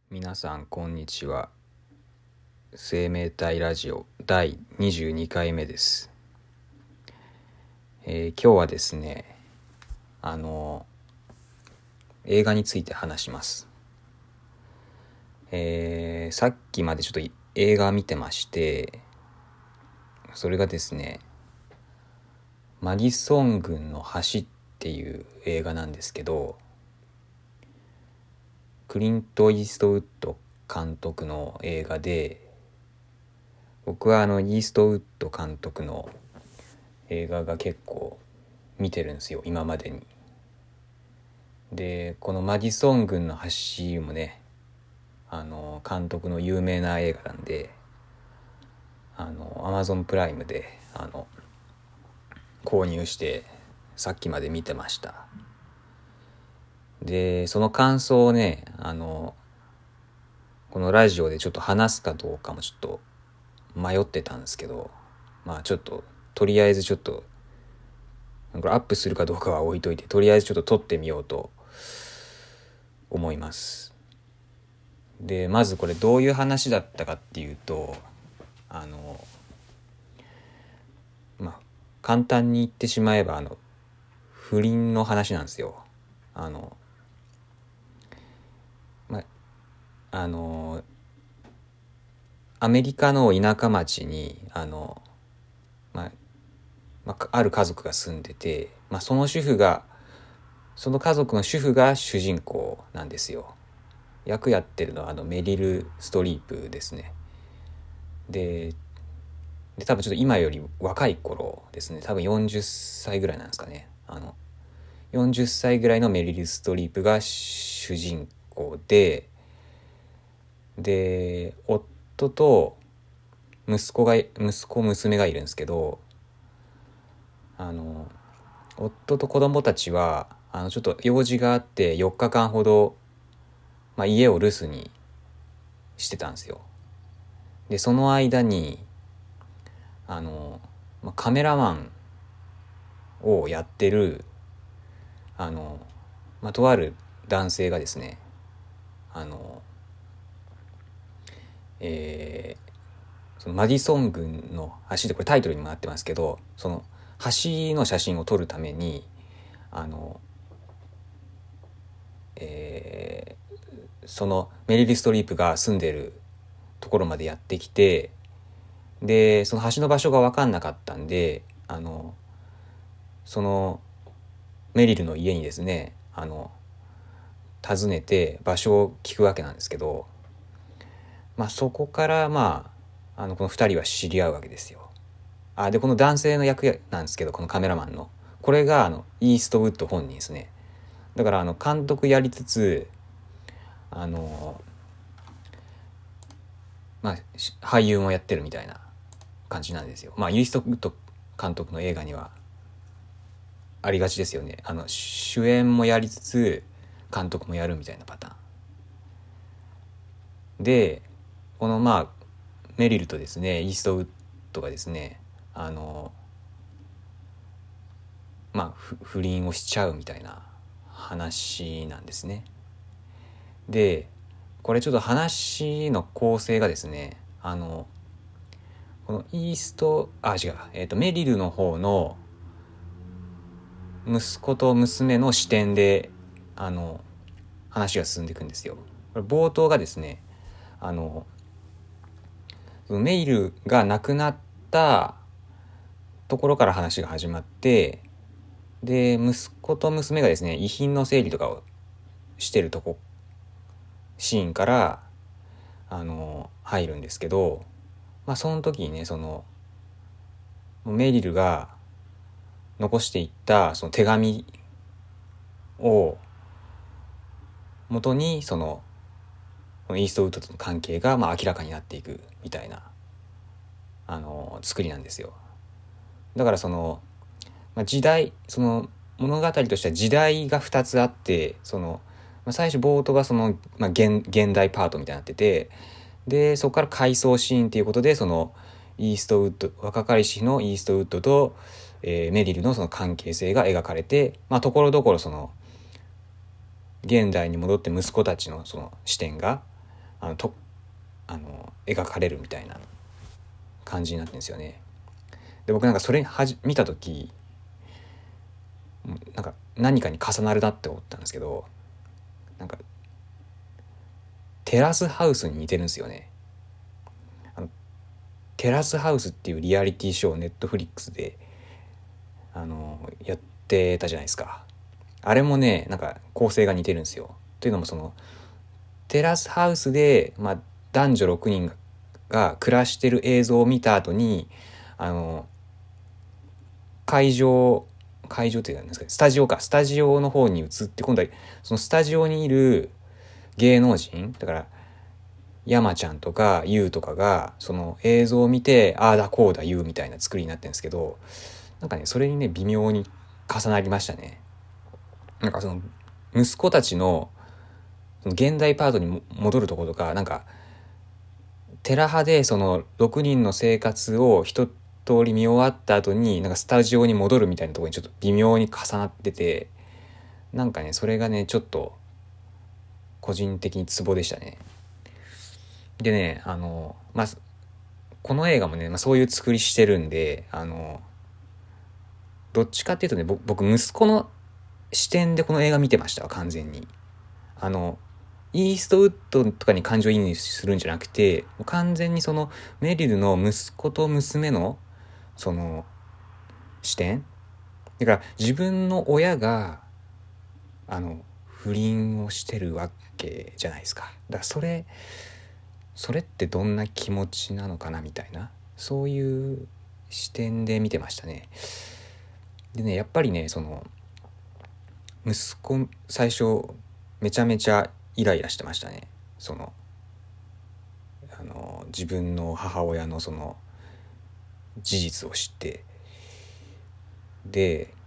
皆さんこんにちは。生命体ラジオ第22回目です。今日はですね映画について話します。さっきまでちょっと映画見てまして、それがですねマディソン郡の橋っていう映画なんですけど、クリント・イーストウッド監督の映画で、僕はイーストウッド監督の映画が結構見てるんですよ、今までに。でこのマディソン郡の橋もね、監督の有名な映画なんで、Amazon プライムで購入してさっきまで見てました。でその感想をね、このラジオでちょっと話すかどうかもちょっと迷ってたんですけど、ちょっととりあえずちょっとこれアップするかどうかは置いといて、とりあえずちょっと撮ってみようと思います。でまずこれどういう話だったかっていうと、簡単に言ってしまえば不倫の話なんですよ。アメリカの田舎町にある家族が住んでて、その家族の主婦が主人公なんですよ。役やってるのはメリル・ストリープですね。で多分ちょっと今より若い頃ですね、多分40歳ぐらいなんですかね。40歳ぐらいのメリル・ストリープが主人公で、夫と息子娘がいるんですけど、夫と子供たちはちょっと用事があって4日間ほど、家を留守にしてたんですよ。でその間にカメラマンをやってるとある男性がですね、そのマディソン郡の橋で、これタイトルにもなってますけど、その橋の写真を撮るためにそのメリル・ストリープが住んでるところまでやってきて、でその橋の場所が分かんなかったんで、そのメリルの家にですね訪ねて場所を聞くわけなんですけど、そこからこの2人は知り合うわけですよ。でこの男性の役なんですけど、このカメラマンのこれがイーストウッド本人ですね。だから監督やりつつ俳優もやってるみたいな感じなんですよ。イーストウッド監督の映画にはありがちですよね。主演もやりつつ監督もやるみたいなパターンで、このメリルとですねイーストウッドがですね不倫をしちゃうみたいな話なんですね。でこれちょっと話の構成がですね、このメリルの方の息子と娘の視点で話が進んでいくんですよ。これ冒頭がですねメリルが亡くなったところから話が始まって、で息子と娘がですね遺品の整理とかをしてるシーンから入るんですけど、その時にねメリルが残していったその手紙を元にそのイーストウッドとの関係が明らかになっていくみたいな作りなんですよ。だから時代、物語としては時代が2つあって、最初冒頭が現代パートみたいになってて、でそこから回想シーンということでイーストウッド、若かりしのイーストウッドと、メリルのその関係性が描かれて、ところどころ現代に戻って息子たちのその視点があのと描かれるみたいな感じになってるんですよね。で僕なんかそれ見た時なんか何かに重なるなって思ったんですけど、なんかテラスハウスに似てるんですよね。テラスハウスっていうリアリティショーをネットフリックスでやってたじゃないですか。あれもねなんか構成が似てるんですよ。というのもそのテラスハウスで、男女6人が暮らしてる映像を見た後に会場っていうんですか、スタジオの方に移って、今度はそのスタジオにいる芸能人だから山ちゃんとかゆうとかがその映像を見てああだこうだ言うみたいな作りになってるんですけど、なんかねそれにね微妙に重なりましたね。なんかその息子たちの現代パートに戻るところとか、なんかテラハでその6人の生活を一通り見終わった後になんかスタジオに戻るみたいなところにちょっと微妙に重なってて、なんかねそれがねちょっと個人的にツボでしたね。でねこの映画もね、そういう作りしてるんでどっちかっていうとね僕息子の視点でこの映画見てましたわ完全に。イーストウッドとかに感情移入するんじゃなくて、完全にそのメリルの息子と娘のその視点だから、自分の親が不倫をしてるわけじゃないですか。だからそれってどんな気持ちなのかなみたいな、そういう視点で見てましたね。でねやっぱりねその息子最初めちゃめちゃイライラしてましたね。その自分の母親のその事実を知って、で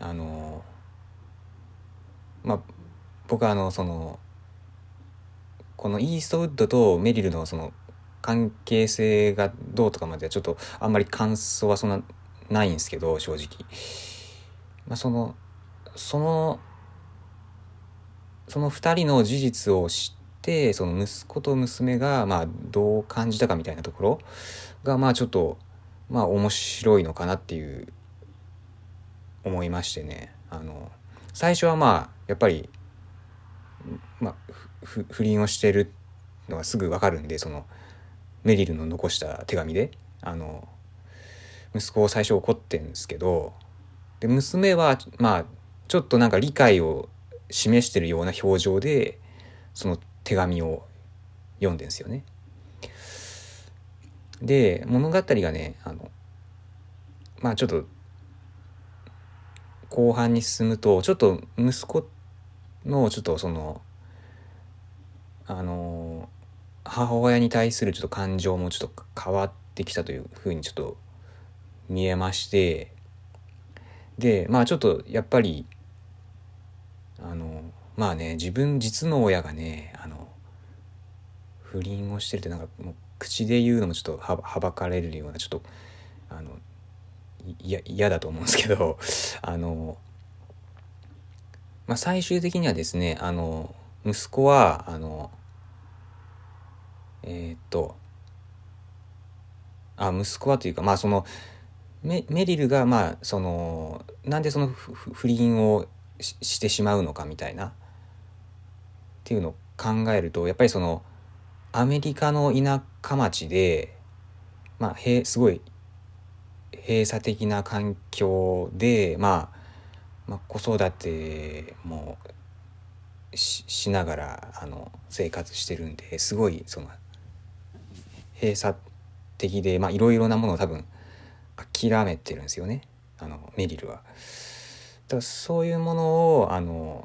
僕はそのこのイーストウッドとメリルのその関係性がどうとかまではちょっとあんまり感想はそんなないんですけど、正直その2人の事実を知って、その息子と娘がどう感じたかみたいなところがちょっと面白いのかなっていう思いましてね。最初はやっぱり不倫をしてるのがすぐ分かるんで、そのメリルの残した手紙で息子を最初怒ってるんですけど、で娘はちょっとなんか理解を示してるような表情でその手紙を読んでんですよね。で物語がねちょっと後半に進むと、ちょっと息子のちょっとその母親に対するちょっと感情もちょっと変わってきたというふうにちょっと見えまして、でちょっとやっぱり実の親がね不倫をしてるってなんかもう口で言うのもちょっとはばかれるような、ちょっと嫌だと思うんですけど最終的にはですね息子は息子はというかそのメリルがそのなんでその不倫をしてしまうのかみたいなっていうのを考えると、やっぱりそのアメリカの田舎町ですごい閉鎖的な環境で子育てもしながら生活してるんで、すごいその閉鎖的でいろいろなものを多分諦めてるんですよね、メリルは。だからそういうものを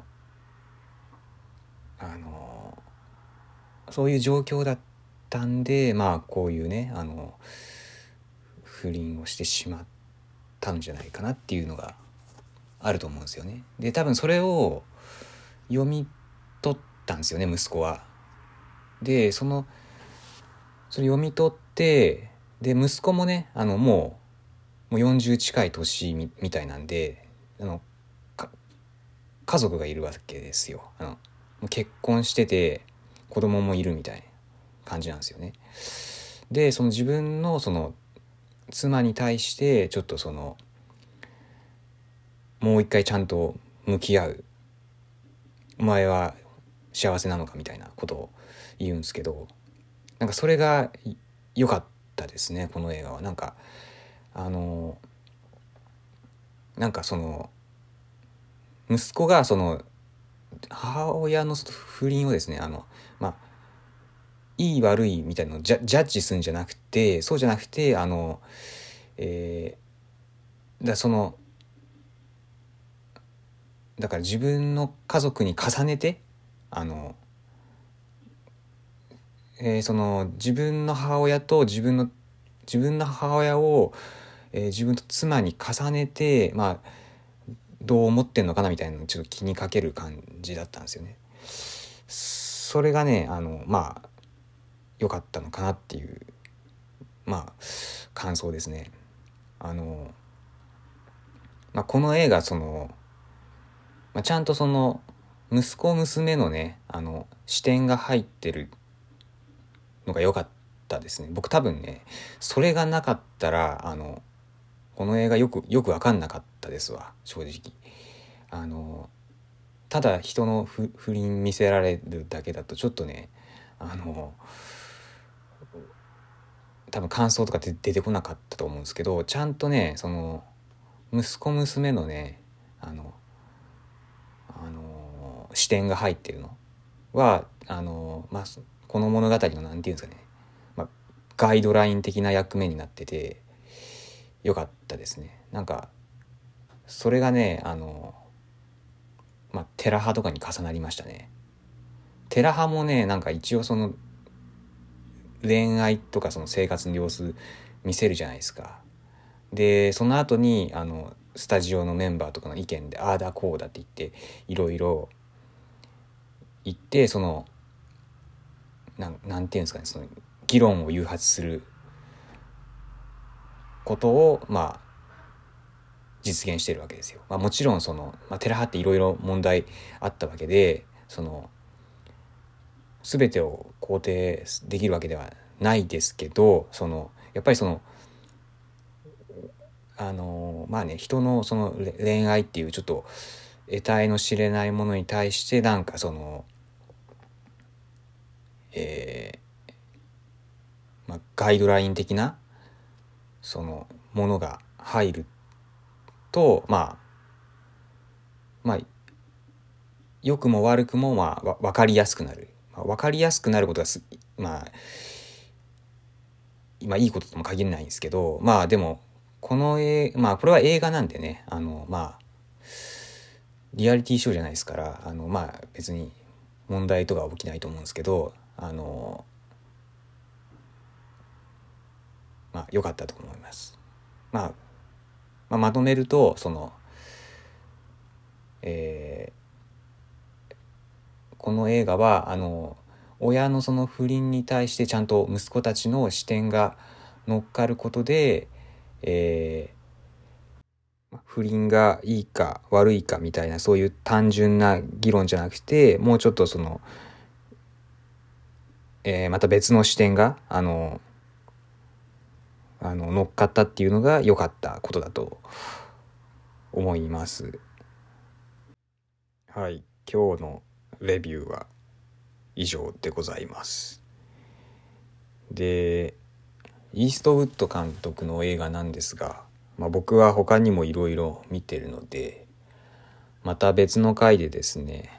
そういう状況だったんでこういうね不倫をしてしまったんじゃないかなっていうのがあると思うんですよね。で多分それを読み取ったんですよね息子は。でそれ読み取って、で息子もねもう40近い年みたいなんで家族がいるわけですよ。もう結婚してて子供もいるみたい感じなんですよね。でその自分のその妻に対してちょっとそのもう一回ちゃんと向き合う、お前は幸せなのかみたいなことを言うんですけど、なんかそれが良かったですね、この映画は。なんかなんかその息子がその母親の不倫をですね、まあいい悪いみたいなのをジャッジするんじゃなくて、そうじゃなくてそのだから自分の家族に重ねてその自分の母親と自分の母親を、自分と妻に重ねて、まあどう思ってんのかなみたいなのをちょっと気にかける感じだったんですよね。それがねまあ良かったのかなっていうまあ感想ですね。まあ、この映画その、まあ、ちゃんとその息子娘のね視点が入ってるのが良かったですね。僕多分ねそれがなかったらこの映画よく分かんなかったですわ、正直。ただ人の不倫見せられるだけだとちょっとね多分感想とか出てこなかったと思うんですけど、ちゃんとねその息子娘のね視点が入ってるのはまあこの物語のなんていうんですかね、まあ、ガイドライン的な役目になっててよかったですね。なんかそれがねまあテラハとかに重なりましたね。テラハもねなんか一応その恋愛とかその生活の様子見せるじゃないですか。でその後にスタジオのメンバーとかの意見でああだこうだって言っていろいろ言って、そのなんていうんですかね、その議論を誘発することをまあ実現してるわけですよ。まあ、もちろんその、まあ、テラハっていろいろ問題あったわけで、その全てを肯定できるわけではないですけど、そのやっぱりそのまあね、人のその恋愛っていうちょっと得体の知れないものに対してなんかそのまあ、ガイドライン的なそのものが入るとまあ良くも悪くもまあ分かりやすくなる、分かりやすくなることがまあ今いいこととも限らないんですけど、まあでもこのまあこれは映画なんでねまあリアリティショーじゃないですからまあ別に問題とかは起きないと思うんですけどまあ良かったと思います。まとめるとそのこの映画は親のその不倫に対してちゃんと息子たちの視点が乗っかることで、不倫がいいか悪いかみたいなそういう単純な議論じゃなくて、もうちょっとその、また別の視点が乗っかったっていうのが良かったことだと思います。はい、今日のレビューは以上でございます。でイーストウッド監督の映画なんですが、僕は他にもいろいろ見てるので、また別の回でですね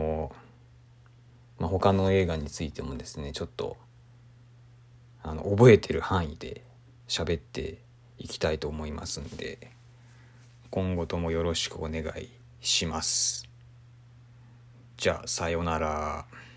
他の映画についてもですねちょっと覚えてる範囲で喋っていきたいと思いますんで、今後ともよろしくお願いします。じゃあさようなら。